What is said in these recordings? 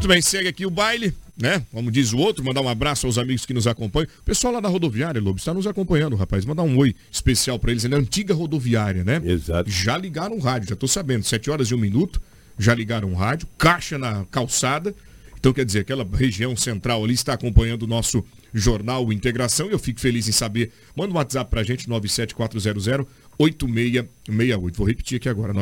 Muito bem, segue aqui o baile, né? Como diz o outro, mandar um abraço aos amigos que nos acompanham. O pessoal lá da rodoviária, Lobo, está nos acompanhando, rapaz. Mandar um oi especial para eles, é na antiga rodoviária, né? Exato. Já ligaram o rádio, já tô sabendo, 7h01, já ligaram o rádio, caixa na calçada. Então, quer dizer, aquela região central ali está acompanhando o nosso jornal Integração e eu fico feliz em saber. Manda um WhatsApp pra gente, 97400-8668. Vou repetir aqui agora,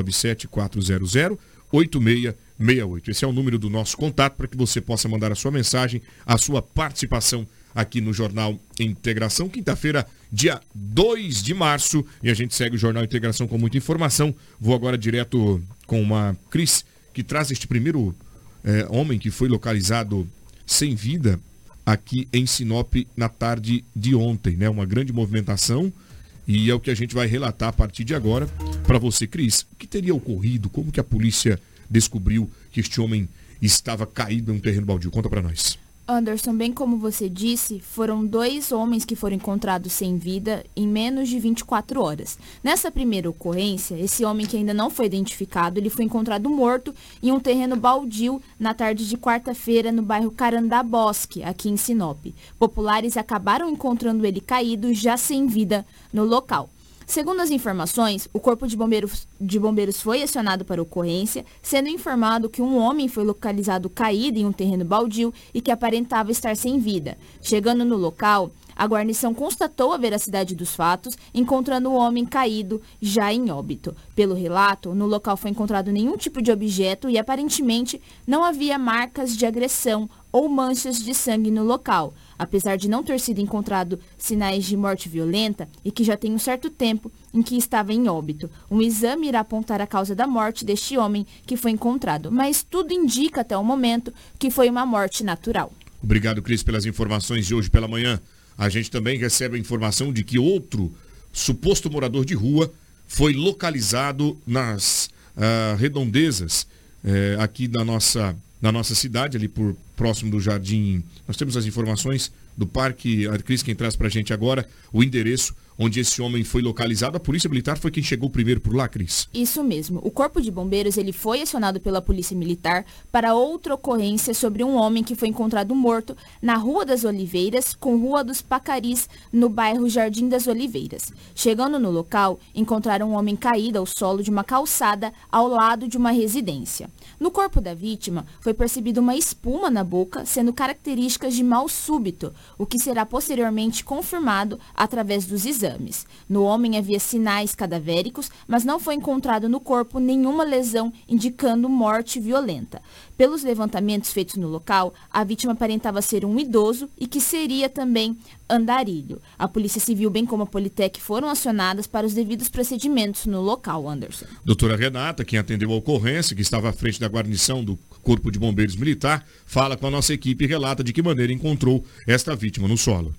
97400-8668. Esse é o número do nosso contato para que você possa mandar a sua mensagem, a sua participação aqui no Jornal Integração. Quinta-feira, dia 2 de março, e a gente segue o Jornal Integração com muita informação. Vou agora direto com uma Cris, que traz este primeiro homem que foi localizado sem vida aqui em Sinop na tarde de ontem, né? Uma grande movimentação e é o que a gente vai relatar a partir de agora para você, Cris. O que teria ocorrido? Como que a polícia descobriu que este homem estava caído em um terreno baldio? Conta para nós. Anderson, bem como você disse, foram 2 homens que foram encontrados sem vida em menos de 24 horas. Nessa primeira ocorrência, esse homem que ainda não foi identificado, ele foi encontrado morto em um terreno baldio na tarde de quarta-feira no bairro Carandá Bosque, aqui em Sinop. Populares acabaram encontrando ele caído, já sem vida, no local. Segundo as informações, o Corpo de Bombeiros foi acionado para a ocorrência, sendo informado que um homem foi localizado caído em um terreno baldio e que aparentava estar sem vida. Chegando no local, a guarnição constatou a veracidade dos fatos, encontrando o homem caído já em óbito. Pelo relato, no local foi encontrado nenhum tipo de objeto e aparentemente não havia marcas de agressão ou manchas de sangue no local, apesar de não ter sido encontrado sinais de morte violenta e que já tem um certo tempo em que estava em óbito. Um exame irá apontar a causa da morte deste homem que foi encontrado, mas tudo indica até o momento que foi uma morte natural. Obrigado, Cris, pelas informações de hoje pela manhã. A gente também recebe a informação de que outro suposto morador de rua foi localizado nas redondezas aqui da nossa cidade, ali por próximo do Jardim. Nós temos as informações do parque. A Cris, quem traz pra gente agora o endereço onde esse homem foi localizado. A Polícia Militar foi quem chegou primeiro por lá, Cris. Isso mesmo. O Corpo de Bombeiros ele foi acionado pela Polícia Militar para outra ocorrência sobre um homem que foi encontrado morto na Rua das Oliveiras com Rua dos Pacaris, no bairro Jardim das Oliveiras. Chegando no local, encontraram um homem caído ao solo de uma calçada ao lado de uma residência. No corpo da vítima foi percebida uma espuma na boca, sendo características de mal súbito, o que será posteriormente confirmado através dos exames. No homem havia sinais cadavéricos, mas não foi encontrado no corpo nenhuma lesão indicando morte violenta. Pelos levantamentos feitos no local, a vítima aparentava ser um idoso e que seria também andarilho. A Polícia Civil, bem como a Politec, foram acionadas para os devidos procedimentos no local, Anderson. Doutora Renata, quem atendeu a ocorrência, que estava à frente da guarnição do Corpo de Bombeiros Militar, fala com a nossa equipe e relata de que maneira encontrou esta vítima no solo.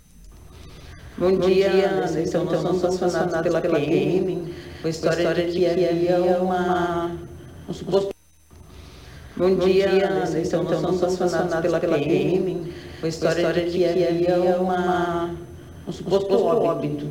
Bom dia, Anderson. Então, nós somos acionados pela PM, com a história de que havia um suposto... Bom dia, Anderson. Então, nós somos acionados pela PM, com a história de que havia um suposto óbito.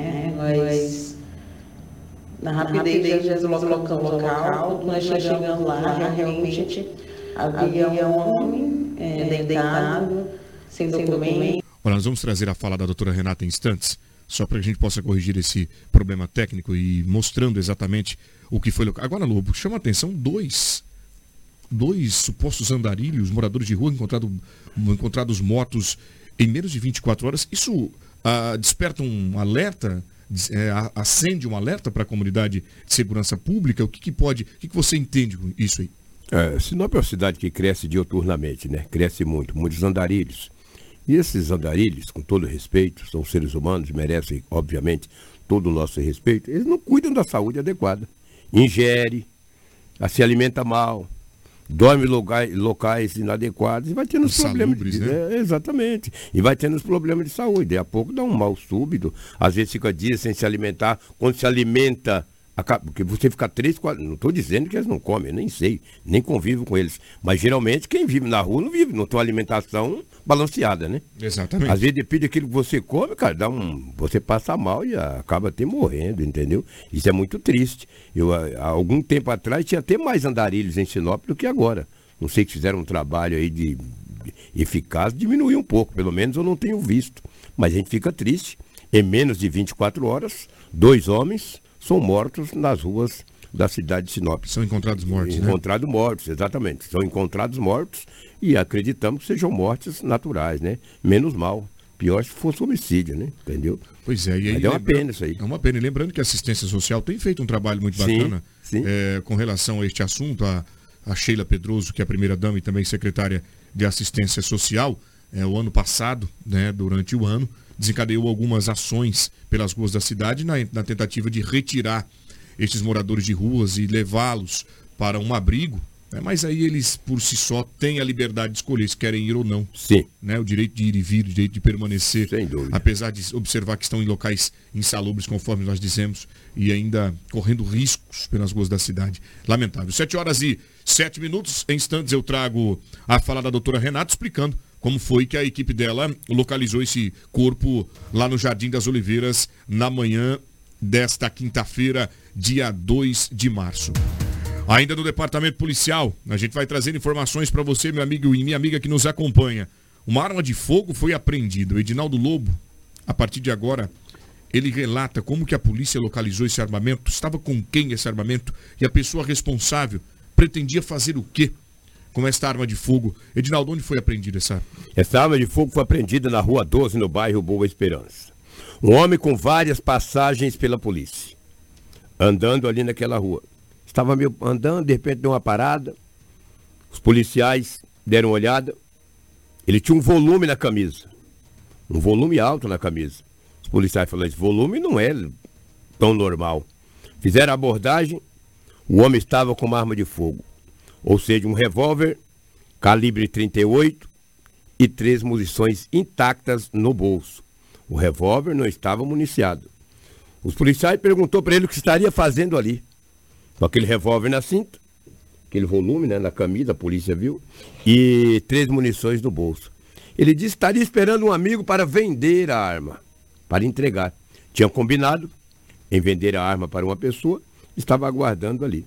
Nós, na rapidez, já deslocamos o local, nós chegando lá, realmente havia um homem deitado, sem documento. Olha, nós vamos trazer a fala da doutora Renata em instantes, só para que a gente possa corrigir esse problema técnico e mostrando exatamente o que foi. Agora, Lobo, chama a atenção dois supostos andarilhos, moradores de rua, encontrados mortos em menos de 24 horas. Isso desperta um alerta, acende um alerta para a comunidade de segurança pública? O que você entende com isso aí? Sinop é uma cidade que cresce diuturnamente, né? Cresce muitos andarilhos. E esses andarilhos, com todo respeito, são seres humanos, merecem, obviamente, todo o nosso respeito. Eles não cuidam da saúde adequada. Ingere, se alimenta mal, dorme em locais inadequados e vai tendo os problemas. Né? Exatamente. E vai tendo os problemas de saúde. Daí a pouco dá um mal súbito. Às vezes fica dias sem se alimentar. Quando se alimenta, porque você fica 3, 4... Não estou dizendo que eles não comem, eu nem sei, nem convivo com eles. Mas geralmente quem vive na rua não vive, não tem uma alimentação balanceada, né? Exatamente. Às vezes depende daquilo que você come, cara, você passa mal e acaba até morrendo, entendeu? Isso é muito triste. Há algum tempo atrás tinha até mais andarilhos em Sinop do que agora. Não sei que fizeram um trabalho aí de eficaz, diminuiu um pouco, pelo menos eu não tenho visto. Mas a gente fica triste. Em menos de 24 horas, 2 homens são mortos nas ruas da cidade de Sinop. São encontrados mortos, Encontrados mortos, exatamente. São encontrados mortos e acreditamos que sejam mortes naturais, né? Menos mal. Pior se fosse homicídio, né? Entendeu? Pois é. E aí, mas é uma pena isso aí. É uma pena. E lembrando que a assistência social tem feito um trabalho muito bacana com relação a este assunto. A Sheila Pedroso, que é a primeira-dama e também secretária de assistência social, o ano passado, né, durante o ano, desencadeou algumas ações pelas ruas da cidade na tentativa de retirar estes moradores de ruas e levá-los para um abrigo, né? Mas aí eles, por si só, têm a liberdade de escolher se querem ir ou não. Sim. Né? O direito de ir e vir, o direito de permanecer. Sem dúvida. Apesar de observar que estão em locais insalubres, conforme nós dizemos, e ainda correndo riscos pelas ruas da cidade. Lamentável. 7h07. Em instantes eu trago a fala da doutora Renata explicando como foi que a equipe dela localizou esse corpo lá no Jardim das Oliveiras na manhã desta quinta-feira, dia 2 de março. Ainda no departamento policial, a gente vai trazer informações para você, meu amigo e minha amiga que nos acompanha. Uma arma de fogo foi apreendida. O Edinaldo Lobo, a partir de agora, ele relata como que a polícia localizou esse armamento, estava com quem esse armamento e a pessoa responsável pretendia fazer o quê com esta arma de fogo. Edinaldo, onde foi apreendida essa arma? Essa arma de fogo foi apreendida na Rua 12, no bairro Boa Esperança. Um homem com várias passagens pela polícia, andando ali naquela rua. Estava meio andando, de repente deu uma parada, os policiais deram uma olhada, ele tinha um volume na camisa, um volume alto na camisa. Os policiais falaram, esse volume não é tão normal. Fizeram a abordagem, o homem estava com uma arma de fogo, ou seja, um revólver calibre 38 e 3 munições intactas no bolso. O revólver não estava municiado. Os policiais perguntou para ele o que estaria fazendo ali. Com aquele revólver na cinta, aquele volume, né, na camisa, a polícia viu, e 3 munições no bolso. Ele disse que estaria esperando um amigo para vender a arma, para entregar. Tinha combinado em vender a arma para uma pessoa, estava aguardando ali.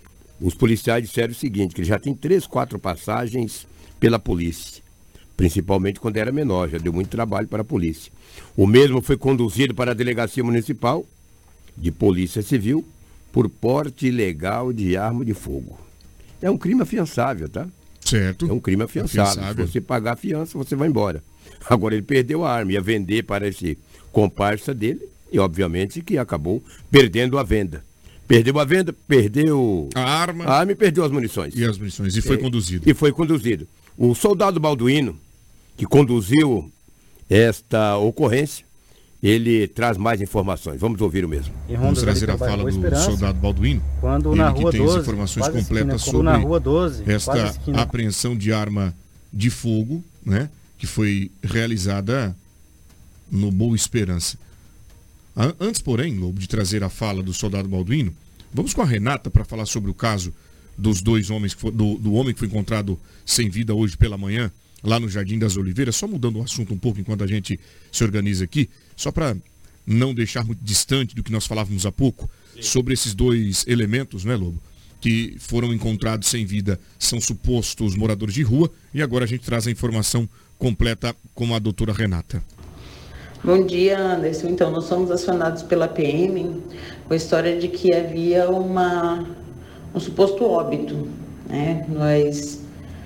Os policiais disseram o seguinte, que ele já tem 3, 4 passagens pela polícia, principalmente quando era menor, já deu muito trabalho para a polícia. O mesmo foi conduzido para a delegacia municipal de polícia civil por porte ilegal de arma de fogo. É um crime afiançável, tá? Certo. É um crime afiançável. Se você pagar a fiança, você vai embora. Agora ele perdeu a arma, ia vender para esse comparsa dele e obviamente que acabou perdendo a venda. Perdeu a venda, perdeu a arma e perdeu as munições. E as munições, e foi conduzido. E foi conduzido. O soldado Balduino, que conduziu esta ocorrência, ele traz mais informações. Vamos ouvir o mesmo. Vamos trazer a fala do soldado Balduino. Quando ele na que rua tem 12, as informações completas esquina, sobre na rua 12, esta apreensão de arma de fogo, né, que foi realizada no Boa Esperança. Antes, porém, Lobo, de trazer a fala do soldado Balduino, vamos com a Renata para falar sobre o caso dos 2 homens, do homem que foi encontrado sem vida hoje pela manhã, lá no Jardim das Oliveiras. Só mudando o assunto um pouco enquanto a gente se organiza aqui, só para não deixar muito distante do que nós falávamos há pouco, sobre esses 2 elementos, né, Lobo, que foram encontrados sem vida, são supostos moradores de rua, e agora a gente traz a informação completa com a doutora Renata. Bom dia, Anderson. Então, nós somos acionados pela PM com a história de que havia um suposto óbito, né? Nós,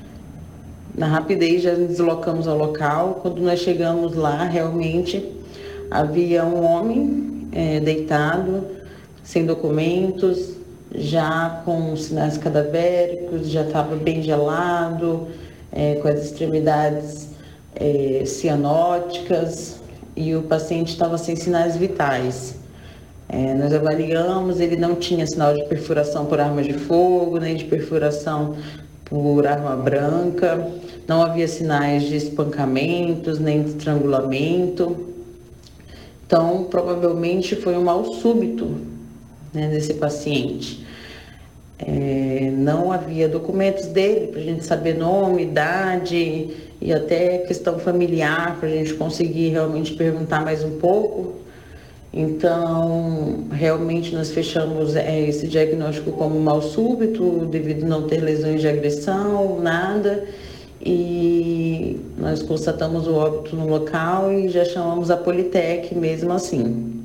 na rapidez, já nos deslocamos ao local. Quando nós chegamos lá, realmente havia um homem deitado, sem documentos, já com sinais cadavéricos, já estava bem gelado, com as extremidades cianóticas, e o paciente estava sem sinais vitais. Nós avaliamos, ele não tinha sinal de perfuração por arma de fogo, nem de perfuração por arma branca, não havia sinais de espancamentos, nem de estrangulamento. Então, provavelmente foi um mal súbito, né, desse paciente. Não havia documentos dele para a gente saber nome, idade e até questão familiar, para a gente conseguir realmente perguntar mais um pouco. Então, realmente nós fechamos esse diagnóstico como mal súbito, devido a não ter lesões de agressão, nada. E nós constatamos o óbito no local e já chamamos a Politec mesmo assim.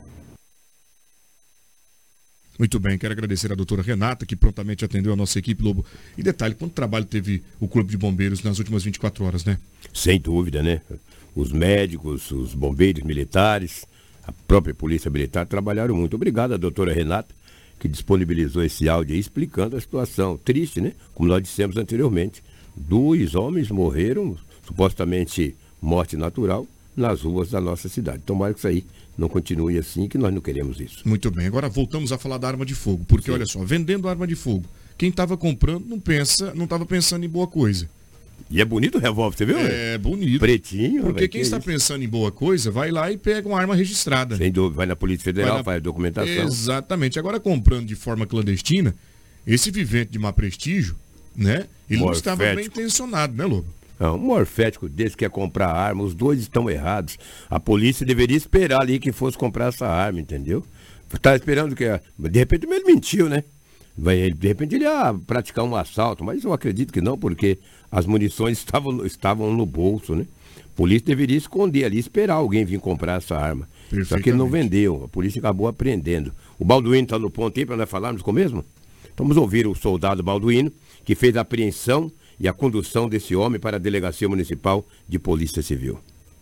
Muito bem, quero agradecer a doutora Renata, que prontamente atendeu a nossa equipe, Lobo. E detalhe, quanto trabalho teve o Corpo de Bombeiros nas últimas 24 horas, né? Sem dúvida, né? Os médicos, os bombeiros militares, a própria Polícia Militar trabalharam muito. Obrigado à doutora Renata, que disponibilizou esse áudio aí explicando a situação. Triste, né? Como nós dissemos anteriormente, 2 homens morreram, supostamente morte natural, nas ruas da nossa cidade. Tomara que isso aí não continue assim, que nós não queremos isso. Muito bem, agora voltamos a falar da arma de fogo, porque Sim. olha só, vendendo arma de fogo, quem estava comprando não estava pensando em boa coisa. E é bonito o revólver, você viu? É bonito. Pretinho. Porque véio, quem está pensando em boa coisa, vai lá e pega uma arma registrada. Sem dúvida, vai na Polícia Federal, faz a documentação. Exatamente. Agora, comprando de forma clandestina, esse vivente de má prestígio, né? Ele não estava bem intencionado, né, Lobo? Não, um morfético desse quer comprar arma, os dois estão errados. A polícia deveria esperar ali que fosse comprar essa arma, entendeu? Tá esperando que... De repente ele mentiu, né? De repente ele ia praticar um assalto, mas eu acredito que não, porque as munições estavam no bolso, né? A polícia deveria esconder ali, esperar alguém vir comprar essa arma. Só que ele não vendeu, a polícia acabou apreendendo. O Balduino está no ponto aí para nós falarmos com o mesmo? Então vamos ouvir o soldado Balduino, que fez a apreensão e a condução desse homem para a Delegacia Municipal de Polícia Civil.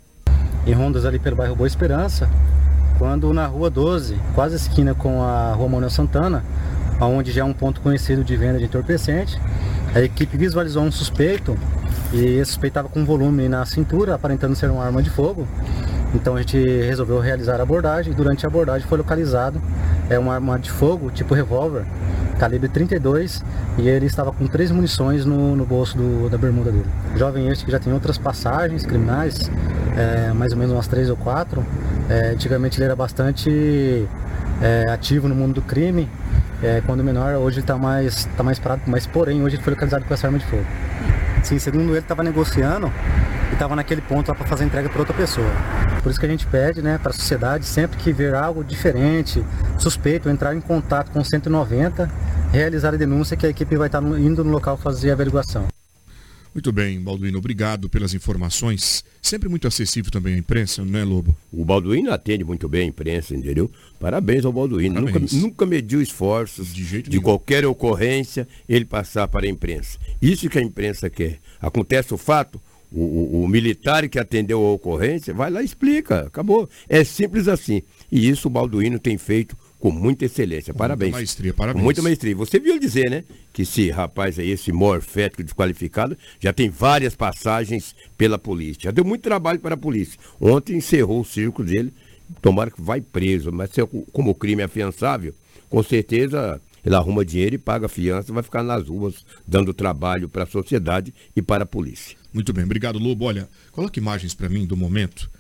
Em rondas ali pelo bairro Boa Esperança, quando na Rua 12, quase esquina com a Rua Manuel Santana, onde já é um ponto conhecido de venda de entorpecente, a equipe visualizou um suspeito e esse suspeito estava com um volume na cintura, aparentando ser uma arma de fogo. Então a gente resolveu realizar a abordagem e durante a abordagem foi localizado uma arma de fogo tipo revólver, calibre 32, e ele estava com 3 munições no bolso da bermuda dele. O jovem este que já tem outras passagens criminais, mais ou menos umas 3 ou 4. Antigamente ele era bastante ativo no mundo do crime. Quando menor, hoje ele está mais parado, mas porém hoje ele foi localizado com essa arma de fogo. Sim, segundo ele, estava negociando e estava naquele ponto lá para fazer a entrega para outra pessoa. Por isso que a gente pede, né, para a sociedade, sempre que ver algo diferente, suspeito, entrar em contato com 190, realizar a denúncia, que a equipe vai estar indo no local fazer a averiguação. Muito bem, Balduino, obrigado pelas informações. Sempre muito acessível também à imprensa, não é, Lobo? O Balduino atende muito bem a imprensa, entendeu? Parabéns ao Balduino. Nunca mediu esforços de qualquer ocorrência ele passar para a imprensa. Isso que a imprensa quer. Acontece o fato, o militar que atendeu a ocorrência vai lá e explica. Acabou. É simples assim. E isso o Balduino tem feito com muita excelência. Parabéns. Muita maestria, parabéns. Com muita maestria. Você viu ele dizer, né? Que esse rapaz aí, esse morfético desqualificado, já tem várias passagens pela polícia. Já deu muito trabalho para a polícia. Ontem encerrou o círculo dele. Tomara que vai preso. Mas como o crime é afiançável, com certeza ele arruma dinheiro e paga a fiança, vai ficar nas ruas dando trabalho para a sociedade e para a polícia. Muito bem, obrigado, Lobo. Olha, coloca imagens para mim do momento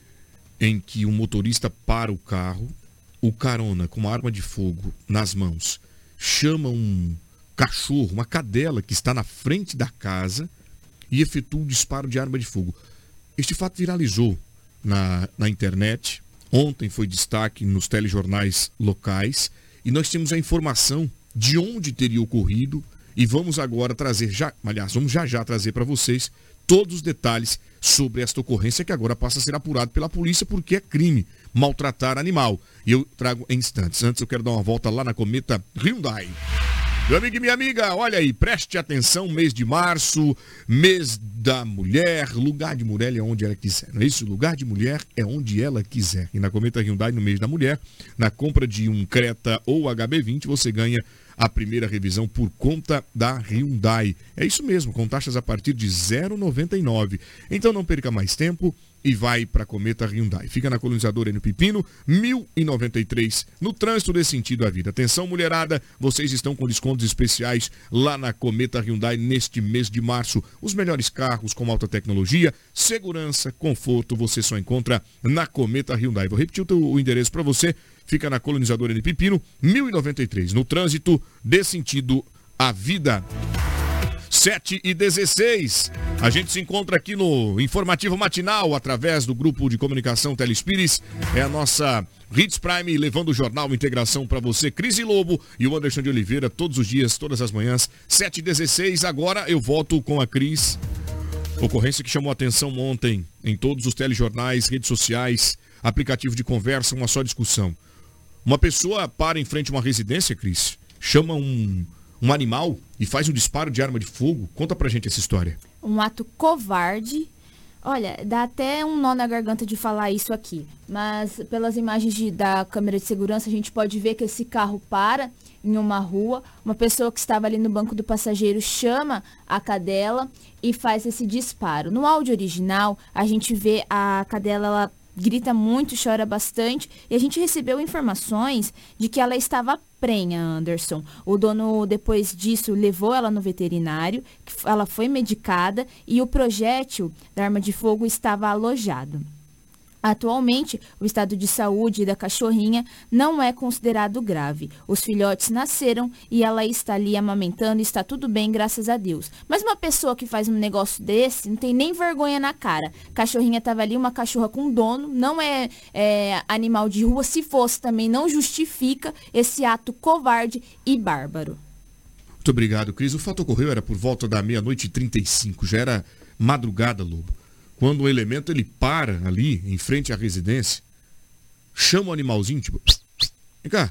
em que um motorista para o carro, o carona com uma arma de fogo nas mãos, chama um cachorro, uma cadela que está na frente da casa e efetua um disparo de arma de fogo. Este fato viralizou na internet. Ontem foi destaque nos telejornais locais e nós temos a informação de onde teria ocorrido e vamos agora trazer vamos já trazer para vocês todos os detalhes sobre esta ocorrência que agora passa a ser apurado pela polícia porque é crime maltratar animal. E eu trago em instantes. Antes eu quero dar uma volta lá na Cometa Hyundai. Meu amigo e minha amiga, olha aí, preste atenção, mês de março, mês da mulher, lugar de mulher é onde ela quiser, não é isso? Lugar de mulher é onde ela quiser. E na Cometa Hyundai, no mês da mulher, na compra de um Creta ou HB20, você ganha a primeira revisão por conta da Hyundai. É isso mesmo, com taxas a partir de R$ 0,99. Então não perca mais tempo e vai para a Cometa Hyundai. Fica na Colonizadora N. Pepino, 1093, no trânsito desse sentido à vida. Atenção, mulherada, vocês estão com descontos especiais lá na Cometa Hyundai neste mês de março. Os melhores carros com alta tecnologia, segurança, conforto, você só encontra na Cometa Hyundai. Vou repetir o endereço para você. Fica na Colonizadora N. Pepino, 1093, no trânsito desse sentido à vida. 7h16. A gente se encontra aqui no Informativo Matinal, através do grupo de comunicação Telespires. É a nossa Hits Prime, levando o jornal Integração para você. Cris Lobo e o Anderson de Oliveira, todos os dias, todas as manhãs, 7h16. Agora eu volto com a Cris. Ocorrência que chamou a atenção ontem em todos os telejornais, redes sociais, aplicativo de conversa, uma só discussão. Uma pessoa para em frente a uma residência, Cris, chama um animal e faz um disparo de arma de fogo. Conta pra gente essa história. Um ato covarde. Olha, dá até um nó na garganta de falar isso aqui. Mas pelas imagens da câmera de segurança, a gente pode ver que esse carro para em uma rua. Uma pessoa que estava ali no banco do passageiro chama a cadela e faz esse disparo. No áudio original, a gente vê a cadela, ela grita muito, chora bastante. E a gente recebeu informações de que ela estava prenha, Anderson. O dono, depois disso, levou ela no veterinário, ela foi medicada e o projétil da arma de fogo estava alojado. Atualmente, o estado de saúde da cachorrinha não é considerado grave. Os filhotes nasceram e ela está ali amamentando e está tudo bem, graças a Deus. Mas uma pessoa que faz um negócio desse não tem nem vergonha na cara. Cachorrinha estava ali, uma cachorra com dono, não é animal de rua. Se fosse, também não justifica esse ato covarde e bárbaro. Muito obrigado, Cris. O fato ocorreu, era por volta da 00:35, já era madrugada, Lobo. Quando o elemento ele para ali, em frente à residência, chama o animalzinho, tipo, vem cá.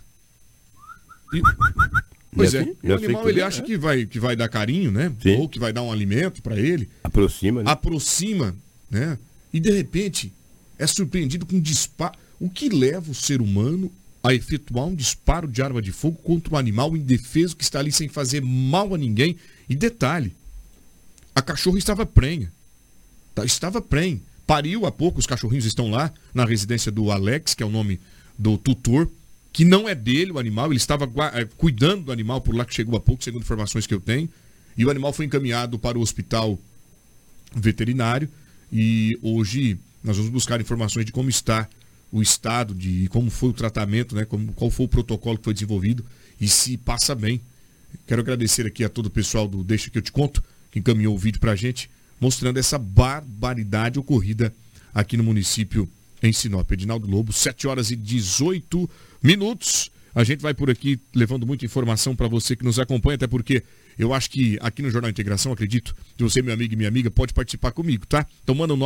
Pois é, o animal ele acha que vai dar carinho, né? Sim. Ou que vai dar um alimento para ele. Aproxima, né? Aproxima, né? E de repente é surpreendido com um disparo. O que leva o ser humano a efetuar um disparo de arma de fogo contra um animal indefeso que está ali sem fazer mal a ninguém? E detalhe, a cachorra estava prenha. Estava prenha. Pariu há pouco, os cachorrinhos estão lá na residência do Alex, que é o nome do tutor, que não é dele o animal, ele estava cuidando do animal por lá, que chegou há pouco, segundo informações que eu tenho, e o animal foi encaminhado para o hospital veterinário, e hoje nós vamos buscar informações de como está o estado, de como foi o tratamento, né, qual foi o protocolo que foi desenvolvido, e se passa bem. Quero agradecer aqui a todo o pessoal do Deixa Que Eu Te Conto, que encaminhou o vídeo pra gente, mostrando essa barbaridade ocorrida aqui no município em Sinop. Edinaldo Lobo, 7h18. A gente vai por aqui levando muita informação para você que nos acompanha, até porque eu acho que aqui no Jornal Integração, acredito, que você, meu amigo e minha amiga, pode participar comigo, tá? Então manda o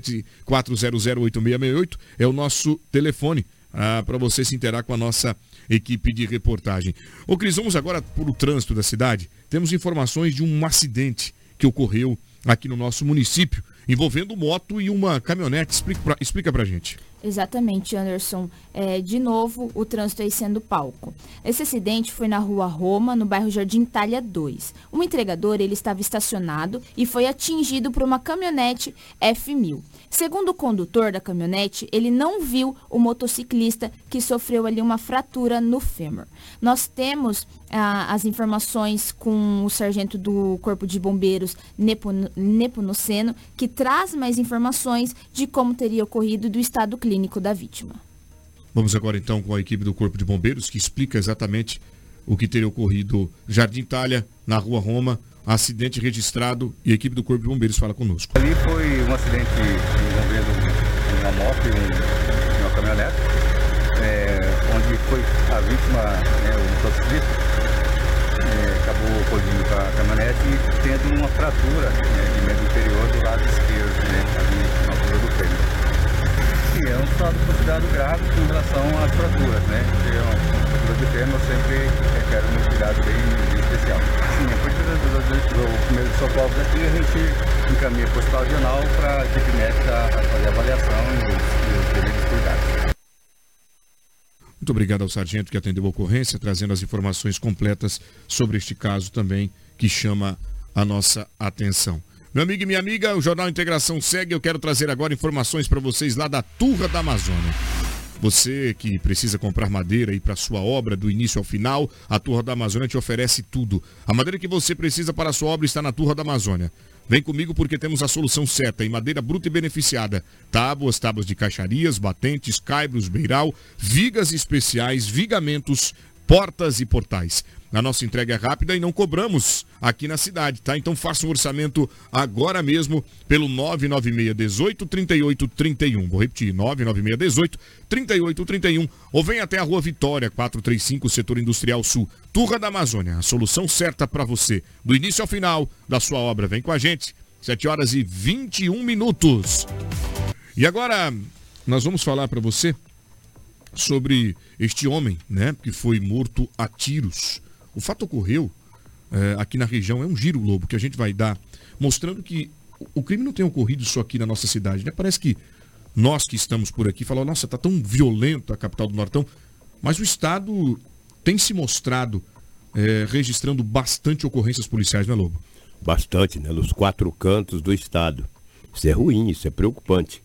974008668, é o nosso telefone para você se interar com a nossa equipe de reportagem. Ô Cris, vamos agora por o trânsito da cidade. Temos informações de um acidente que ocorreu aqui no nosso município, envolvendo moto e uma caminhonete. Explica pra gente. Exatamente, Anderson. De novo, o trânsito aí sendo palco. Esse acidente foi na Rua Roma, no bairro Jardim Itália 2. Um entregador, ele estava estacionado e foi atingido por uma caminhonete F1000. Segundo o condutor da caminhonete, ele não viu o motociclista que sofreu ali uma fratura no fêmur. Nós temos as informações com o sargento do Corpo de Bombeiros, Nepomuceno, que traz mais informações de como teria ocorrido do estado clínico da vítima. Vamos agora então com a equipe do Corpo de Bombeiros, que explica exatamente o que teria ocorrido Jardim Itália, na Rua Roma, acidente registrado, e a equipe do Corpo de Bombeiros fala conosco. Ali foi um acidente envolvendo uma moto e uma caminhonete, onde foi a vítima, o motociclista, acabou colidindo com a caminhonete e tendo uma fratura de membro inferior do lado esquerdo, ali na altura do fêmur. E é um estado considerado grave com relação às fraturas, né? Porque uma fratura de fêmur sempre requer um cuidado bem especial. Sim, a partir do primeiro socorro daqui, a gente encaminha para o hospital regional para a equipe médica fazer a avaliação e os devidos cuidados. Muito obrigado ao sargento que atendeu a ocorrência, trazendo as informações completas sobre este caso também, que chama a nossa atenção. Meu amigo e minha amiga, o Jornal Integração segue. Eu quero trazer agora informações para vocês lá da Turra da Amazônia. Você que precisa comprar madeira aí para sua obra do início ao final, a Turra da Amazônia te oferece tudo. A madeira que você precisa para a sua obra está na Turra da Amazônia. Vem comigo porque temos a solução certa em madeira bruta e beneficiada. Tábuas de caixarias, batentes, caibros, beiral, vigas especiais, vigamentos, portas e portais. A nossa entrega é rápida e não cobramos aqui na cidade, tá? Então faça um orçamento agora mesmo pelo 99618-3831. Vou repetir, 99618-3831. Ou vem até a Rua Vitória, 435, Setor Industrial Sul, Turra da Amazônia. A solução certa para você, do início ao final da sua obra. Vem com a gente, 7h21. E agora nós vamos falar para você sobre este homem, né, que foi morto a tiros. O fato ocorreu aqui na região, é um giro, Lobo, que a gente vai dar, mostrando que o crime não tem ocorrido só aqui na nossa cidade, né? Parece que nós que estamos por aqui falamos, nossa, tá tão violento a capital do Nortão, mas o Estado tem se mostrado registrando bastante ocorrências policiais, né, Lobo? Bastante, né? Nos 4 cantos do Estado. Isso é ruim, isso é preocupante.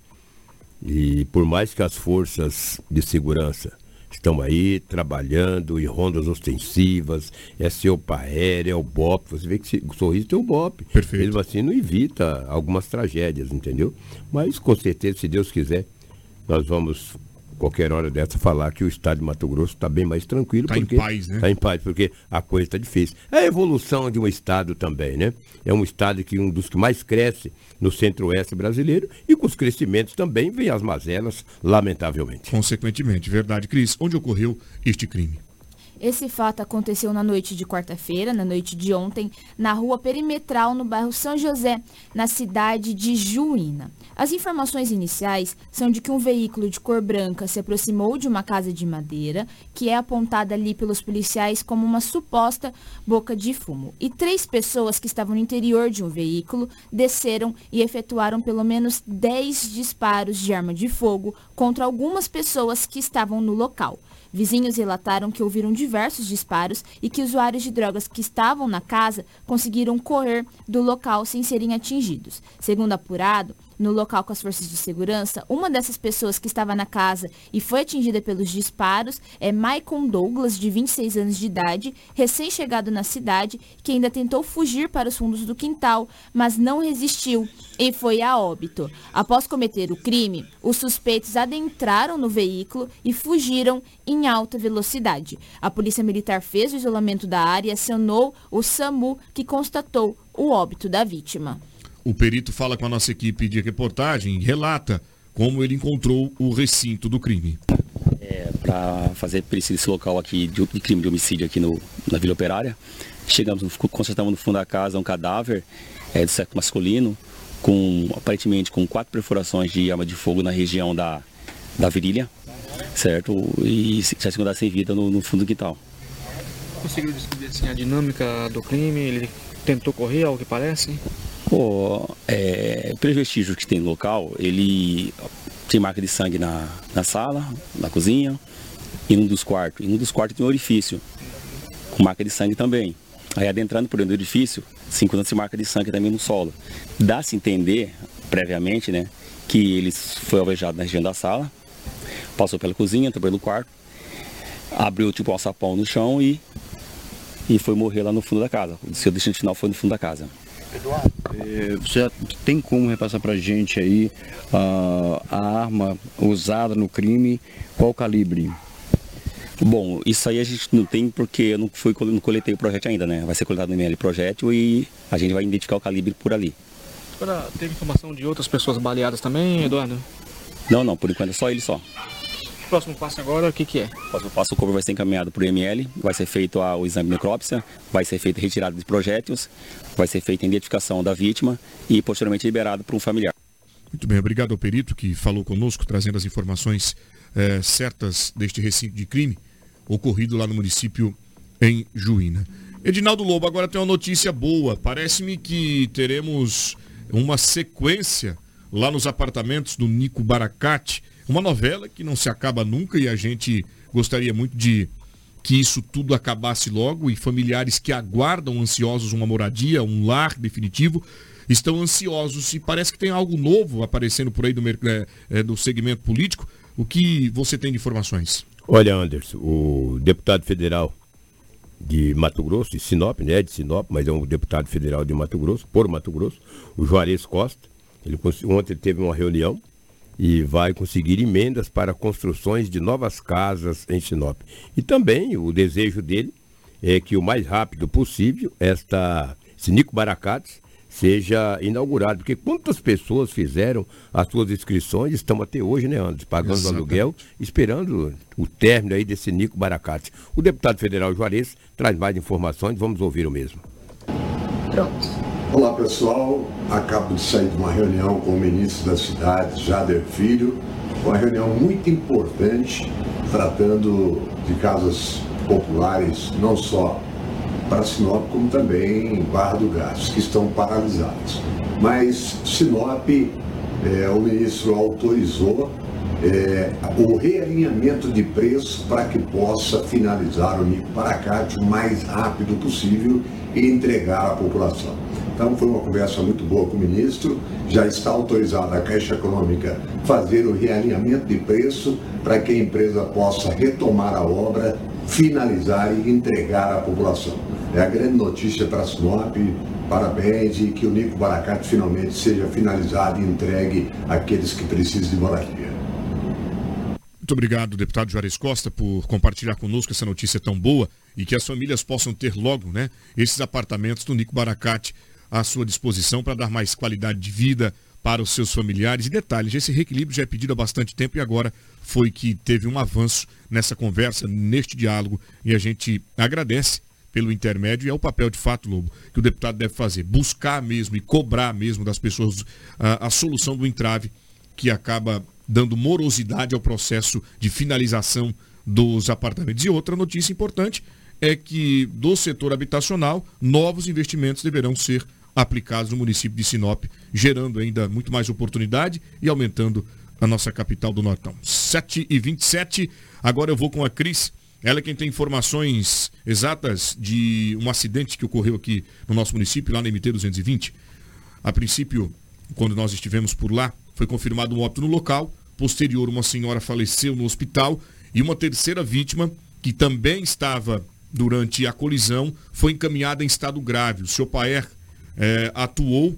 E por mais que as forças de segurança estão aí trabalhando em rondas ostensivas, é CEPA aérea, é o BOP, você vê que o Sorriso tem o BOP. Perfeito. Mesmo assim não evita algumas tragédias, entendeu? Mas com certeza, se Deus quiser, nós vamos, qualquer hora dessa, falar que o estado de Mato Grosso está bem mais tranquilo. Está em paz, né? Está em paz, porque a coisa está difícil. É a evolução de um estado também, né? É um estado que um dos que mais cresce no centro-oeste brasileiro, e com os crescimentos também vem as mazelas, lamentavelmente. Consequentemente, verdade. Cris, onde ocorreu este crime? Esse fato aconteceu na noite de quarta-feira, na noite de ontem, na rua Perimetral, no bairro São José, na cidade de Juína. As informações iniciais são de que um veículo de cor branca se aproximou de uma casa de madeira, que é apontada ali pelos policiais como uma suposta boca de fumo. E 3 pessoas que estavam no interior de um veículo desceram e efetuaram pelo menos 10 disparos de arma de fogo contra algumas pessoas que estavam no local. Vizinhos relataram que ouviram diversos disparos e que usuários de drogas que estavam na casa conseguiram correr do local sem serem atingidos. Segundo apurado, no local com as forças de segurança, uma dessas pessoas que estava na casa e foi atingida pelos disparos é Maicon Douglas, de 26 anos de idade, recém-chegado na cidade, que ainda tentou fugir para os fundos do quintal, mas não resistiu e foi a óbito. Após cometer o crime, os suspeitos adentraram no veículo e fugiram em alta velocidade. A Polícia Militar fez o isolamento da área e acionou o SAMU, que constatou o óbito da vítima. O perito fala com a nossa equipe de reportagem e relata como ele encontrou o recinto do crime. Para fazer perícia desse local aqui de crime de homicídio aqui na Vila Operária, constatamos no fundo da casa um cadáver do sexo masculino, aparentemente com 4 perfurações de arma de fogo na região da virilha, certo? E já se encontrava sem vida no fundo do quintal. Conseguiu descobrir assim, a dinâmica do crime? Ele tentou correr, ao que parece? Pelos vestígios que tem no local, ele tem marca de sangue na sala, na cozinha e num dos quartos. E num dos quartos tem um orifício, com marca de sangue também. Aí adentrando por dentro do edifício, se encontra marca de sangue também no solo. Dá-se entender, previamente, né, que ele foi alvejado na região da sala, passou pela cozinha, entrou pelo quarto, abriu tipo um alçapão no chão e foi morrer lá no fundo da casa. O seu destino final foi no fundo da casa. Eduardo, você tem como repassar pra gente aí a arma usada no crime, qual calibre? Bom, isso aí a gente não tem porque eu não coletei o projétil ainda, né? Vai ser coletado no ML projétil e a gente vai identificar o calibre por ali. Agora, teve informação de outras pessoas baleadas também, Eduardo? Não, por enquanto é só ele só. O próximo passo agora, o que é? O próximo passo, o corpo vai ser encaminhado para o ML, vai ser feito o exame de necrópsia, vai ser feita a retirada de projéteis, vai ser feita a identificação da vítima e posteriormente liberado para um familiar. Muito bem, obrigado ao perito que falou conosco, trazendo as informações certas deste recinto de crime ocorrido lá no município em Juína. Edinaldo Lobo, agora tem uma notícia boa. Parece-me que teremos uma sequência lá nos apartamentos do Nico Baracate, uma novela que não se acaba nunca e a gente gostaria muito de que isso tudo acabasse logo e familiares que aguardam ansiosos uma moradia, um lar definitivo, estão ansiosos e parece que tem algo novo aparecendo por aí do segmento político. O que você tem de informações? Olha, Anderson, o deputado federal de Mato Grosso, de Sinop, né, de Sinop, mas é um deputado federal de Mato Grosso, por Mato Grosso, o Juarez Costa, ontem teve uma reunião e vai conseguir emendas para construções de novas casas em Sinop. E também o desejo dele é que o mais rápido possível esse Nico Baracates seja inaugurado, porque quantas pessoas fizeram as suas inscrições, estão até hoje, né, Anderson, pagando o aluguel, esperando o término aí desse Nico Baracates. O deputado federal Juarez traz mais informações, vamos ouvir o mesmo. Pronto. Olá pessoal, acabo de sair de uma reunião com o ministro da cidade, Jader Filho, uma reunião muito importante, tratando de casas populares, não só para Sinop, como também em Barra do Garças, que estão paralisadas. Mas Sinop, o ministro autorizou o realinhamento de preço para que possa finalizar o Nico Baracates o mais rápido possível e entregar à população. Então foi uma conversa muito boa com o ministro, já está autorizada a Caixa Econômica fazer o realinhamento de preço para que a empresa possa retomar a obra, finalizar e entregar à população. É a grande notícia para Sinop, parabéns, e que o Nico Baracates finalmente seja finalizado e entregue àqueles que precisam de moradia. Muito obrigado, deputado Juarez Costa, por compartilhar conosco essa notícia tão boa e que as famílias possam ter logo, né, esses apartamentos do Nico Baracates à sua disposição para dar mais qualidade de vida para os seus familiares. E detalhes, esse reequilíbrio já é pedido há bastante tempo e agora foi que teve um avanço nessa conversa, neste diálogo, e a gente agradece pelo intermédio, e é o papel de fato, Lobo, que o deputado deve fazer, buscar mesmo e cobrar mesmo das pessoas a solução do entrave que acaba dando morosidade ao processo de finalização dos apartamentos. E outra notícia importante é que do setor habitacional, novos investimentos deverão ser aplicados no município de Sinop, gerando ainda muito mais oportunidade e aumentando a nossa capital do Nortão. 7h27, agora eu vou com a Cris. Ela é quem tem informações exatas de um acidente que ocorreu aqui no nosso município, lá na MT-220. A princípio, quando nós estivemos por lá, foi confirmado um óbito no local. Posterior, uma senhora faleceu no hospital e uma terceira vítima, que também estava durante a colisão, foi encaminhada em estado grave. O seu Paer atuou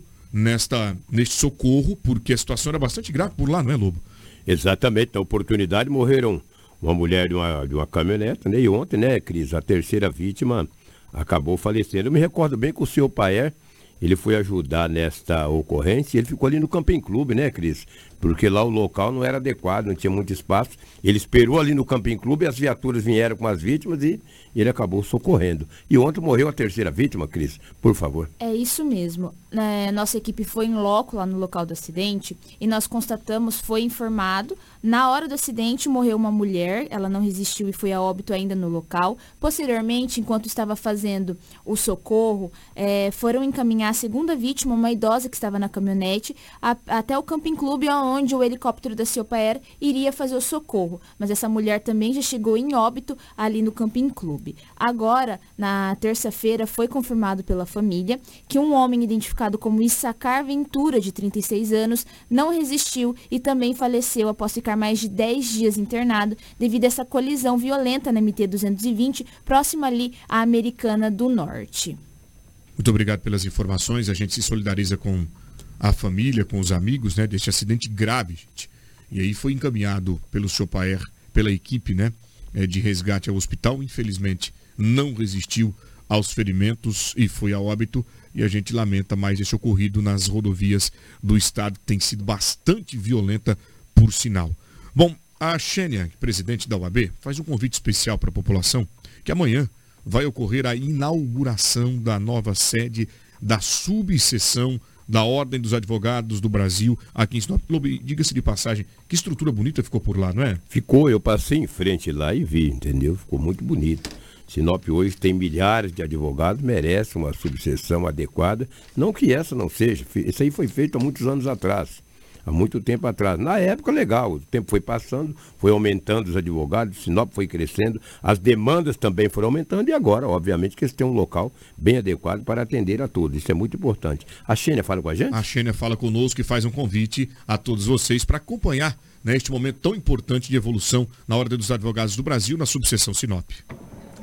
neste socorro, porque a situação era bastante grave por lá, não é, Lobo? Exatamente, na oportunidade morreram uma mulher de uma caminhonete, né? E ontem, né, Cris, a terceira vítima acabou falecendo. Eu me recordo bem que o seu Paer, ele foi ajudar nesta ocorrência e ele ficou ali no Camping Clube, né, Cris? Porque lá o local não era adequado, não tinha muito espaço. Ele esperou ali no Camping Clube, as viaturas vieram com as vítimas e ele acabou socorrendo. E ontem morreu a terceira vítima, Cris, por favor. É isso mesmo. Nossa equipe foi em loco lá no local do acidente e nós constatamos, foi informado, na hora do acidente morreu uma mulher, ela não resistiu e foi a óbito ainda no local. Posteriormente, enquanto estava fazendo o socorro, foram encaminhar a segunda vítima, uma idosa que estava na caminhonete, até o Camping Clube, onde o helicóptero da Ciopaer iria fazer o socorro. Mas essa mulher também já chegou em óbito ali no Camping Clube. Agora, na terça-feira, foi confirmado pela família que um homem identificado como Issacar Ventura, de 36 anos, não resistiu e também faleceu após ficar mais de 10 dias internado devido a essa colisão violenta na MT-220, próxima ali à Americana do Norte. Muito obrigado pelas informações. A gente se solidariza com a família, com os amigos, né, deste acidente grave, gente. E aí foi encaminhado pelo Chopaer, pela equipe, né, de resgate ao hospital. Infelizmente, não resistiu aos ferimentos e foi a óbito. E a gente lamenta mais esse ocorrido nas rodovias do estado, que tem sido bastante violenta, por sinal. Bom, a Xênia, presidente da UAB, faz um convite especial para a população, que amanhã vai ocorrer a inauguração da nova sede da subseção da Ordem dos Advogados do Brasil, aqui em Sinop. Diga-se de passagem, que estrutura bonita ficou por lá, não é? Ficou, eu passei em frente lá e vi, entendeu? Ficou muito bonito. Sinop hoje tem milhares de advogados, merece uma subseção adequada. Não que essa não seja, isso aí foi feito há muitos anos atrás, há muito tempo atrás. Na época, legal, o tempo foi passando, foi aumentando os advogados, Sinop foi crescendo, as demandas também foram aumentando e agora, obviamente, que eles têm um local bem adequado para atender a todos. Isso é muito importante. A Xênia fala com a gente? A Xênia fala conosco e faz um convite a todos vocês para acompanhar, né, este momento tão importante de evolução na Ordem dos Advogados do Brasil, na subseção Sinop.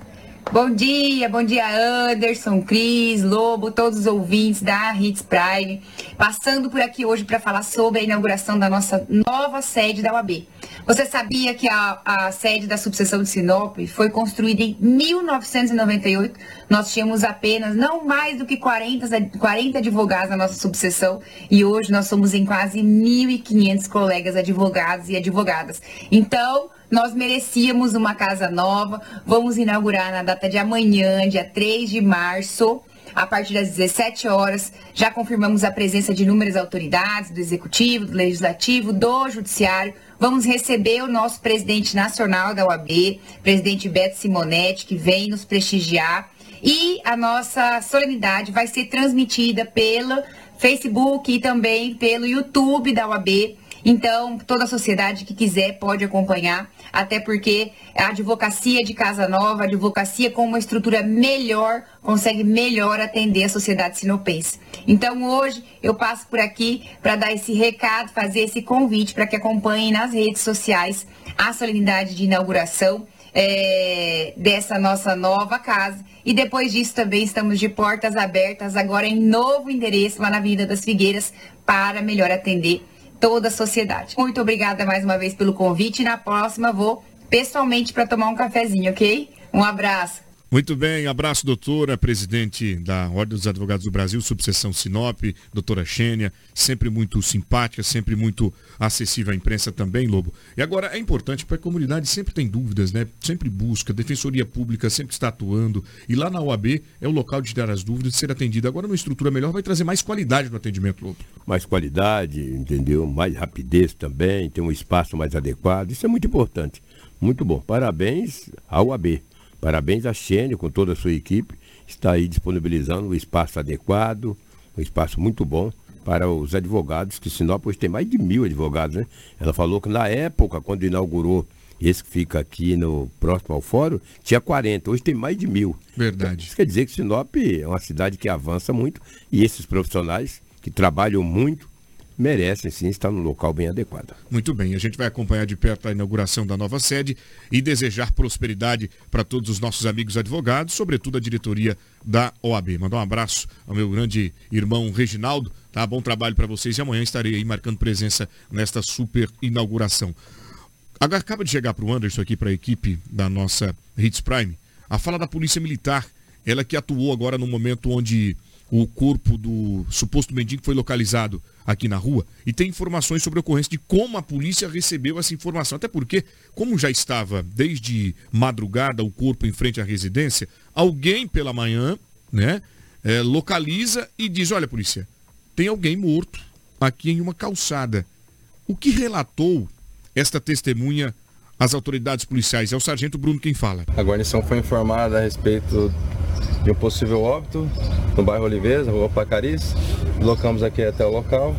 Bom dia Anderson, Cris, Lobo, todos os ouvintes da Hits Prime. Passando por aqui hoje para falar sobre a inauguração da nossa nova sede da UAB. Você sabia que a sede da subseção de Sinop foi construída em 1998? Nós tínhamos apenas não mais do que 40 advogados na nossa subseção e hoje nós somos em quase 1.500 colegas advogados e advogadas. Então, nós merecíamos uma casa nova. Vamos inaugurar na data de amanhã, dia 3 de março, a partir das 17 horas. Já confirmamos a presença de inúmeras autoridades, do Executivo, do Legislativo, do Judiciário. Vamos receber o nosso presidente nacional da UAB, presidente Beto Simonetti, que vem nos prestigiar. E a nossa solenidade vai ser transmitida pelo Facebook e também pelo YouTube da UAB. Então, toda a sociedade que quiser pode acompanhar, até porque a advocacia de Casa Nova, a advocacia com uma estrutura melhor, consegue melhor atender a sociedade sinopense. Então, hoje, eu passo por aqui para dar esse recado, fazer esse convite para que acompanhem nas redes sociais a solenidade de inauguração dessa nossa nova casa. E depois disso também estamos de portas abertas, agora em novo endereço, lá na Avenida das Figueiras, para melhor atender toda a sociedade. Muito obrigada mais uma vez pelo convite e na próxima vou pessoalmente para tomar um cafezinho, ok? Um abraço. Muito bem, abraço, doutora, presidente da Ordem dos Advogados do Brasil, subseção Sinop, doutora Xênia, sempre muito simpática, sempre muito acessível à imprensa também, Lobo. E agora é importante para a comunidade, sempre tem dúvidas, né? Sempre busca, Defensoria Pública sempre está atuando, e lá na OAB é o local de dar as dúvidas, de ser atendido. Agora, numa estrutura melhor, vai trazer mais qualidade no atendimento, Lobo. Mais qualidade, entendeu? Mais rapidez também, ter um espaço mais adequado, isso é muito importante. Muito bom. Parabéns à OAB. Parabéns à Xênia, com toda a sua equipe, está aí disponibilizando um espaço adequado, um espaço muito bom para os advogados, que Sinop hoje tem mais de 1.000 advogados, né? Ela falou que na época, quando inaugurou esse que fica aqui no próximo ao fórum, tinha 40, hoje tem mais de 1.000. Verdade. Isso quer dizer que Sinop é uma cidade que avança muito e esses profissionais que trabalham muito, merecem sim estar num local bem adequado. Muito bem, a gente vai acompanhar de perto a inauguração da nova sede e desejar prosperidade para todos os nossos amigos advogados, sobretudo a diretoria da OAB. Mandar um abraço ao meu grande irmão Reginaldo, tá? Bom trabalho para vocês e amanhã estarei aí marcando presença nesta super inauguração. Agora acaba de chegar para o Anderson aqui, para a equipe da nossa Hits Prime, a fala da Polícia Militar, ela que atuou agora no momento onde o corpo do suposto mendigo foi localizado aqui na rua e tem informações sobre a ocorrência de como a polícia recebeu essa informação. Até porque, como já estava desde madrugada o corpo em frente à residência, alguém pela manhã, né, localiza e diz: olha, polícia, tem alguém morto aqui em uma calçada. O que relatou esta testemunha às autoridades policiais? É o sargento Bruno quem fala. A guarnição foi informada a respeito de um possível óbito no bairro Oliveiras, rua Pacariz. Deslocamos aqui até o local.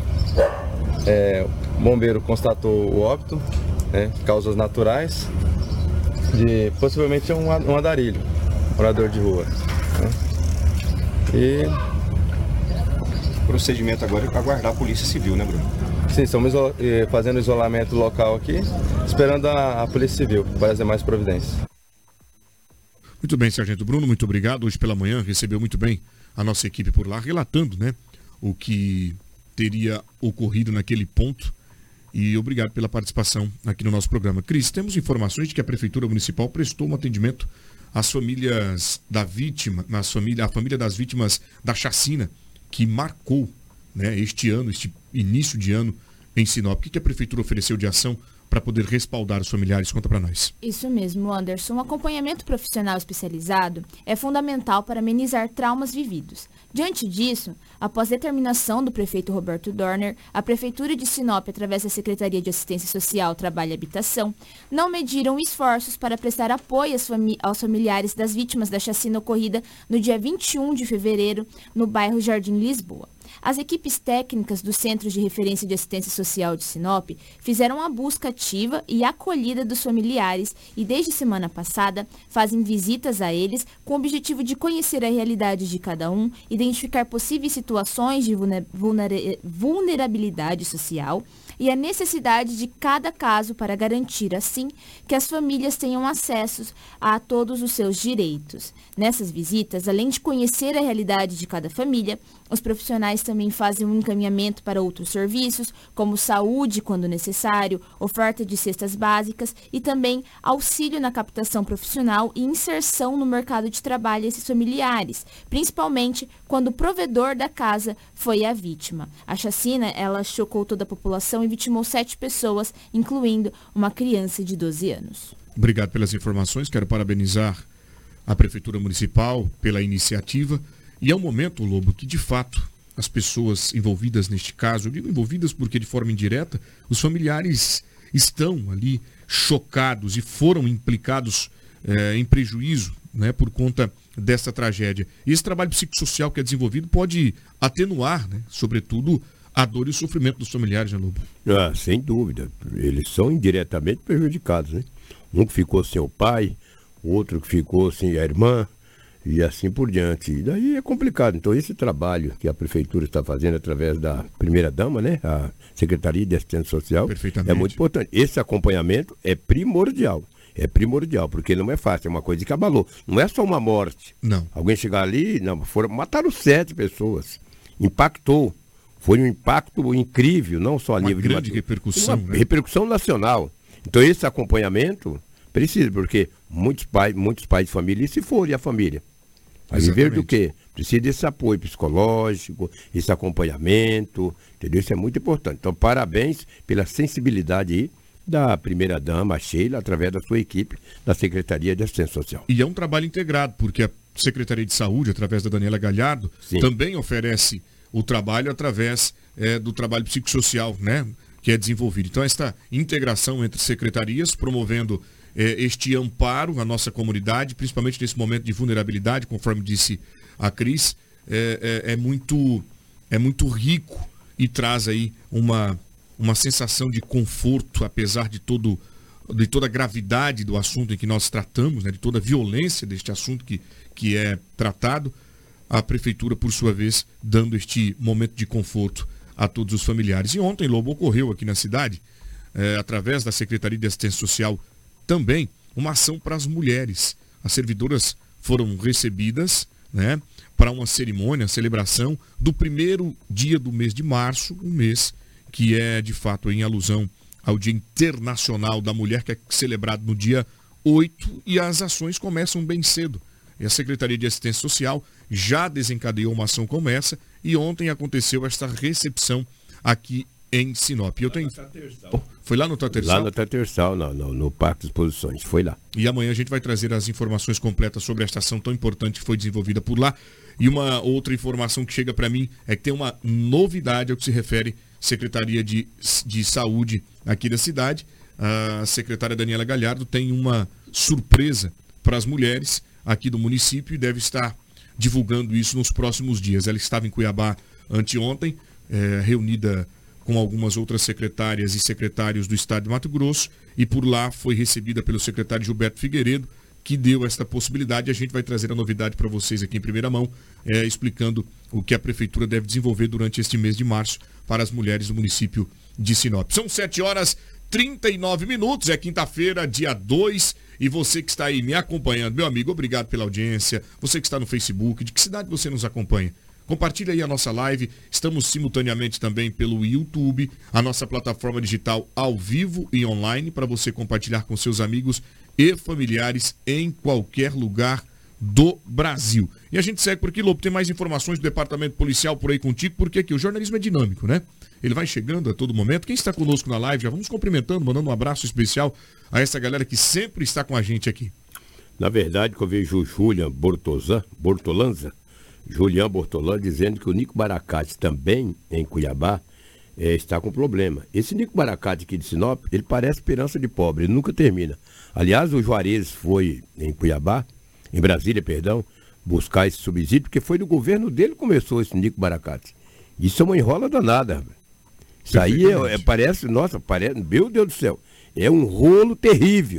O bombeiro constatou o óbito, né, causas naturais, de possivelmente um andarilho, morador de rua. Né? E o procedimento agora é para aguardar a Polícia Civil, né, Bruno? Sim, estamos fazendo isolamento local aqui, esperando a Polícia Civil para as demais providências. Muito bem, sargento Bruno, muito obrigado. Hoje pela manhã recebeu muito bem a nossa equipe por lá, relatando, né, o que teria ocorrido naquele ponto. E obrigado pela participação aqui no nosso programa. Cris, temos informações de que a Prefeitura Municipal prestou um atendimento às famílias da vítima, a família das vítimas da chacina que marcou, né, este ano, este início de ano em Sinop. O que a Prefeitura ofereceu de ação para poder respaldar os familiares? Conta para nós. Isso mesmo, Anderson. O acompanhamento profissional especializado é fundamental para amenizar traumas vividos. Diante disso, após determinação do prefeito Roberto Dorner, a Prefeitura de Sinop, através da Secretaria de Assistência Social, Trabalho e Habitação, não mediram esforços para prestar apoio aos familiares das vítimas da chacina ocorrida no dia 21 de fevereiro, no bairro Jardim Lisboa. As equipes técnicas do Centro de Referência de Assistência Social de Sinop fizeram a busca ativa e acolhida dos familiares e, desde semana passada, fazem visitas a eles com o objetivo de conhecer a realidade de cada um, identificar possíveis situações de vulnerabilidade social, e a necessidade de cada caso para garantir, assim, que as famílias tenham acesso a todos os seus direitos. Nessas visitas, além de conhecer a realidade de cada família, os profissionais também fazem um encaminhamento para outros serviços, como saúde quando necessário, oferta de cestas básicas e também auxílio na captação profissional e inserção no mercado de trabalho desses familiares, principalmente quando o provedor da casa foi a vítima. A chacina, ela chocou toda a população e vitimou 7 pessoas, incluindo uma criança de 12 anos. Obrigado pelas informações, quero parabenizar a Prefeitura Municipal pela iniciativa. E é um momento, Lobo, que de fato as pessoas envolvidas neste caso, eu digo envolvidas porque de forma indireta, os familiares estão ali chocados e foram implicados em prejuízo, né, por conta dessa tragédia. E esse trabalho psicossocial que é desenvolvido pode atenuar, né, sobretudo, a dor e o sofrimento dos familiares, né, Lobo? Sem dúvida. Eles são indiretamente prejudicados, né? Um que ficou sem o pai, outro que ficou sem a irmã, e assim por diante. E daí é complicado. Então esse trabalho que a Prefeitura está fazendo através da primeira-dama, né, a Secretaria de Assistência Social, é muito importante. Esse acompanhamento é primordial. É primordial, porque não é fácil, é uma coisa que abalou. Não é só uma morte. Não. Alguém chegar ali, mataram 7 pessoas. Impactou. Foi um impacto incrível, não só a nível de... Uma grande repercussão. Uma repercussão nacional. Então esse acompanhamento precisa, porque muitos pais de família se foram, e a família? Vai viver do quê? Precisa desse apoio psicológico, esse acompanhamento, entendeu? Isso é muito importante. Então, parabéns pela sensibilidade aí da primeira-dama, a Sheila, através da sua equipe, da Secretaria de Assistência Social. E é um trabalho integrado, porque a Secretaria de Saúde, através da Daniela Galhardo, também oferece o trabalho através do trabalho psicossocial, né, que é desenvolvido. Então, esta integração entre secretarias, promovendo este amparo à nossa comunidade, principalmente nesse momento de vulnerabilidade, conforme disse a Cris, é muito rico e traz aí uma sensação de conforto, apesar de toda a gravidade do assunto em que nós tratamos, né, de toda a violência deste assunto que é tratado, a Prefeitura, por sua vez, dando este momento de conforto a todos os familiares. E ontem, Lobo, ocorreu aqui na cidade, através da Secretaria de Assistência Social, também uma ação para as mulheres. As servidoras foram recebidas, né, para uma cerimônia, celebração do primeiro dia do mês de março, um mês que é, de fato, em alusão ao Dia Internacional da Mulher, que é celebrado no dia 8, e as ações começam bem cedo. E a Secretaria de Assistência Social já desencadeou uma ação como essa, e ontem aconteceu esta recepção aqui em Sinop. Foi lá no Tatersal? Lá no Tatersal, no Parque de Exposições, foi lá. E amanhã a gente vai trazer as informações completas sobre esta ação tão importante que foi desenvolvida por lá. E uma outra informação que chega para mim é que tem uma novidade ao que se refere Secretaria de Saúde aqui da cidade. A secretária Daniela Galhardo tem uma surpresa para as mulheres aqui do município e deve estar divulgando isso nos próximos dias. Ela estava em Cuiabá anteontem, reunida com algumas outras secretárias e secretários do estado de Mato Grosso, e por lá foi recebida pelo secretário Gilberto Figueiredo, que deu esta possibilidade. A gente vai trazer a novidade para vocês aqui em primeira mão, explicando o que a Prefeitura deve desenvolver durante este mês de março para as mulheres do município de Sinop. São 7h39, é quinta-feira, dia 2, e você que está aí me acompanhando, meu amigo, obrigado pela audiência. Você que está no Facebook, de que cidade você nos acompanha? Compartilha aí a nossa live, estamos simultaneamente também pelo YouTube, a nossa plataforma digital ao vivo e online, para você compartilhar com seus amigos e familiares em qualquer lugar do Brasil. E a gente segue por aqui, Lobo, tem mais informações do Departamento Policial por aí contigo, porque aqui o jornalismo é dinâmico, né? Ele vai chegando a todo momento. Quem está conosco na live, já vamos cumprimentando, mandando um abraço especial a essa galera que sempre está com a gente aqui. Na verdade, que eu vejo o Julian Bortolan dizendo que o Nico Baracate também em Cuiabá está com problema. Esse Nico Baracate aqui de Sinop, ele parece esperança de pobre, ele nunca termina. Aliás, o Juarez foi em Cuiabá, em Brasília, perdão, buscar esse subsídio, porque foi do governo dele que começou esse Nico Baracate. Isso é uma enrola danada. Isso aí parece, meu Deus do céu, é um rolo terrível.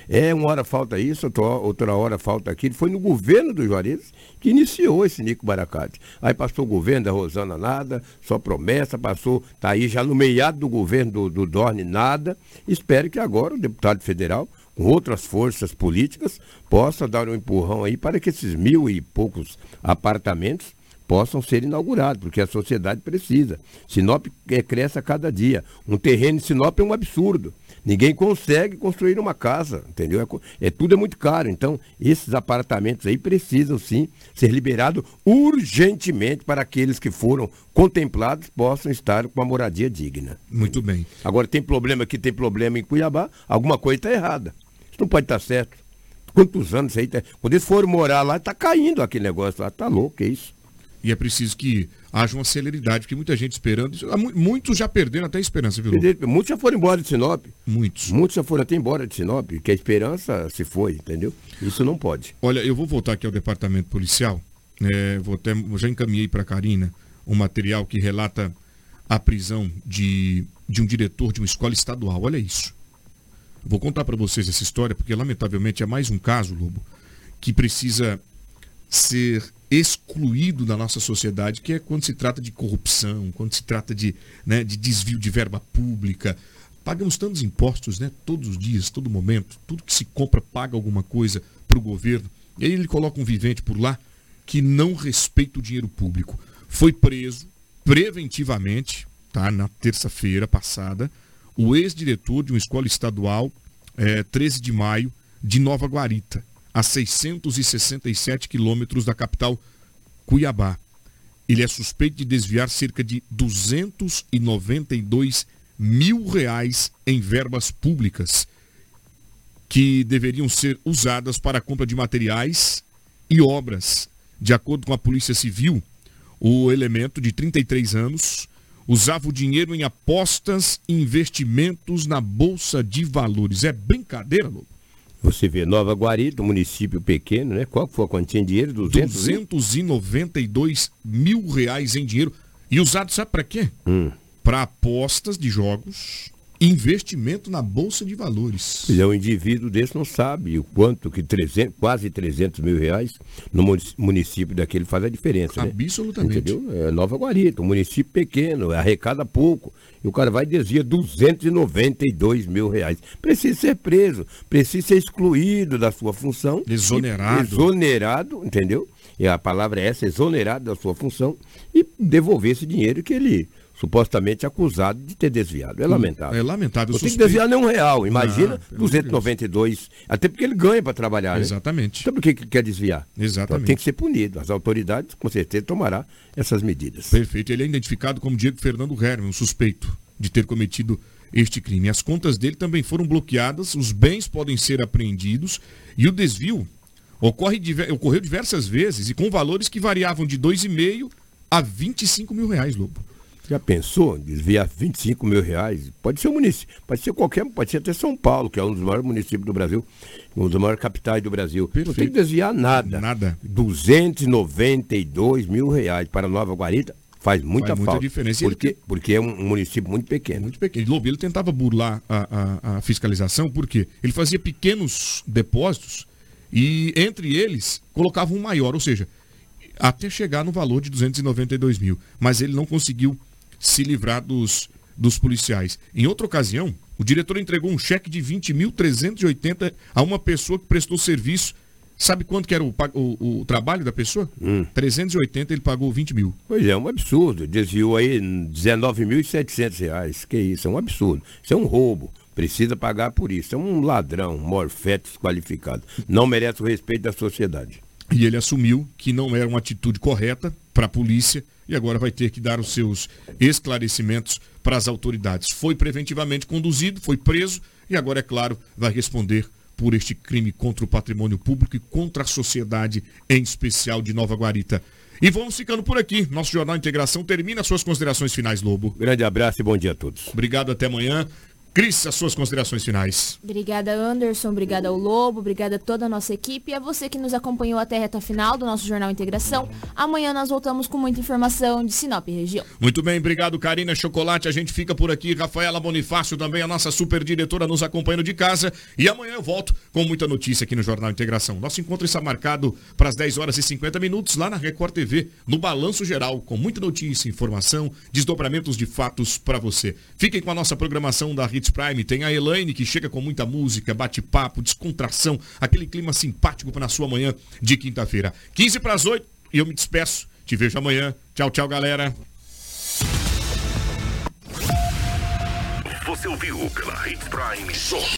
Uma hora falta isso, outra hora falta aquilo. Foi no governo do Juarez que iniciou esse Nico Baracate. Aí passou o governo da Rosana, nada, só promessa, passou, tá aí já no meiado do governo do Dorne, nada. Espero que agora o deputado federal, com outras forças políticas, possa dar um empurrão aí para que esses 1.000 e poucos apartamentos possam ser inaugurados, porque a sociedade precisa. Sinop cresce a cada dia. Um terreno em Sinop é um absurdo. Ninguém consegue construir uma casa, entendeu? Tudo é muito caro. Então, esses apartamentos aí precisam sim ser liberados urgentemente para aqueles que foram contemplados possam estar com uma moradia digna. Muito bem. Agora, tem problema aqui, tem problema em Cuiabá, alguma coisa está errada. Isso não pode estar certo. Quantos anos isso aí tá... Quando eles foram morar lá, está caindo aquele negócio lá, tá louco, é isso. E é preciso que haja uma celeridade, porque muita gente esperando. Muitos já perderam até a esperança, viu? Muitos já foram embora de Sinop. Muitos já foram até embora de Sinop, que a esperança se foi, entendeu? Isso não pode. Olha, eu vou voltar aqui ao departamento policial. Já encaminhei para a Karina um material que relata a prisão de um diretor de uma escola estadual. Olha isso. Vou contar para vocês essa história, porque lamentavelmente é mais um caso, Lobo, que precisa ser excluído da nossa sociedade, que é quando se trata de corrupção, quando se trata de desvio de verba pública. Pagamos tantos impostos, todos os dias, todo momento, tudo que se compra paga alguma coisa para o governo. E aí ele coloca um vivente por lá que não respeita o dinheiro público. Foi preso preventivamente, na terça-feira passada, o ex-diretor de uma escola estadual, 13 de maio, de Nova Guarita, a 667 quilômetros da capital Cuiabá. Ele é suspeito de desviar cerca de R$292 mil em verbas públicas que deveriam ser usadas para a compra de materiais e obras. De acordo com a Polícia Civil, o elemento de 33 anos usava o dinheiro em apostas e investimentos na Bolsa de Valores. É brincadeira, Lobo? Você vê, Nova Guarita, um município pequeno, Qual foi a quantia em dinheiro? 292 mil em dinheiro. E usado, sabe para quê? Para apostas de jogos, investimento na Bolsa de Valores. Um indivíduo desse não sabe o quanto que quase 300 mil reais no município daquele faz a diferença. Absolutamente. Entendeu? É Nova Guarita, um município pequeno, arrecada pouco. E o cara vai e desvia 292 mil reais. Precisa ser preso, precisa ser excluído da sua função. Exonerado, entendeu? E a palavra é essa, exonerado da sua função e devolver esse dinheiro que ele supostamente acusado de ter desviado. É lamentável. É lamentável. Não tem que desviar nem R$1. Imagina, 292. Até porque ele ganha para trabalhar, Exatamente. Então por que quer desviar? Exatamente. Então, tem que ser punido. As autoridades, com certeza, tomarão essas medidas. Perfeito. Ele é identificado como Diego Fernando Herman, um suspeito de ter cometido este crime. As contas dele também foram bloqueadas, os bens podem ser apreendidos e o desvio ocorreu diversas vezes e com valores que variavam de R$2,5 a R$25 mil, Lobo. Já pensou desviar 25 mil reais? Pode ser um município, pode ser pode ser até São Paulo, que é um dos maiores municípios do Brasil, um dos maiores capitais do Brasil. Perfeito. Não tem que desviar nada. 292 mil reais para Nova Guarita faz muita falta. Diferença. Porque é um município muito pequeno. Muito pequeno. Lobo, ele tentava burlar a fiscalização, porque ele fazia pequenos depósitos e entre eles colocava um maior, ou seja, até chegar no valor de 292 mil. Mas ele não conseguiu se livrar dos policiais. Em outra ocasião, o diretor entregou um cheque de 20.380 a uma pessoa que prestou serviço. Sabe quanto que era o trabalho da pessoa? 380, ele pagou 20 mil. Pois é, um absurdo. Desviou aí R$19.700. Que isso, é um absurdo. Isso é um roubo. Precisa pagar por isso. É um ladrão, um morfete desqualificado. Não merece o respeito da sociedade. E ele assumiu que não era uma atitude correta para a polícia e agora vai ter que dar os seus esclarecimentos para as autoridades. Foi preventivamente conduzido, foi preso e agora, é claro, vai responder por este crime contra o patrimônio público e contra a sociedade, em especial de Nova Guarita. E vamos ficando por aqui. Nosso Jornal Integração termina suas considerações finais, Lobo. Grande abraço e bom dia a todos. Obrigado, até amanhã. Cris, as suas considerações finais. Obrigada, Anderson. Obrigada ao Lobo. Obrigada a toda a nossa equipe. E a você que nos acompanhou até a reta final do nosso Jornal Integração. Amanhã nós voltamos com muita informação de Sinop e região. Muito bem, obrigado, Karina Chocolate. A gente fica por aqui. Rafaela Bonifácio também, a nossa super diretora, nos acompanhando de casa. E amanhã eu volto com muita notícia aqui no Jornal Integração. Nosso encontro está marcado para as 10 horas e 50 minutos lá na Record TV, no Balanço Geral, com muita notícia, informação, desdobramentos de fatos para você. Fiquem com a nossa programação da Hits Prime. Tem a Elaine, que chega com muita música, bate-papo, descontração, aquele clima simpático na sua manhã de quinta-feira. 15 para as 8 e eu me despeço. Te vejo amanhã. Tchau, tchau, galera. Você ouviu pela Hits Prime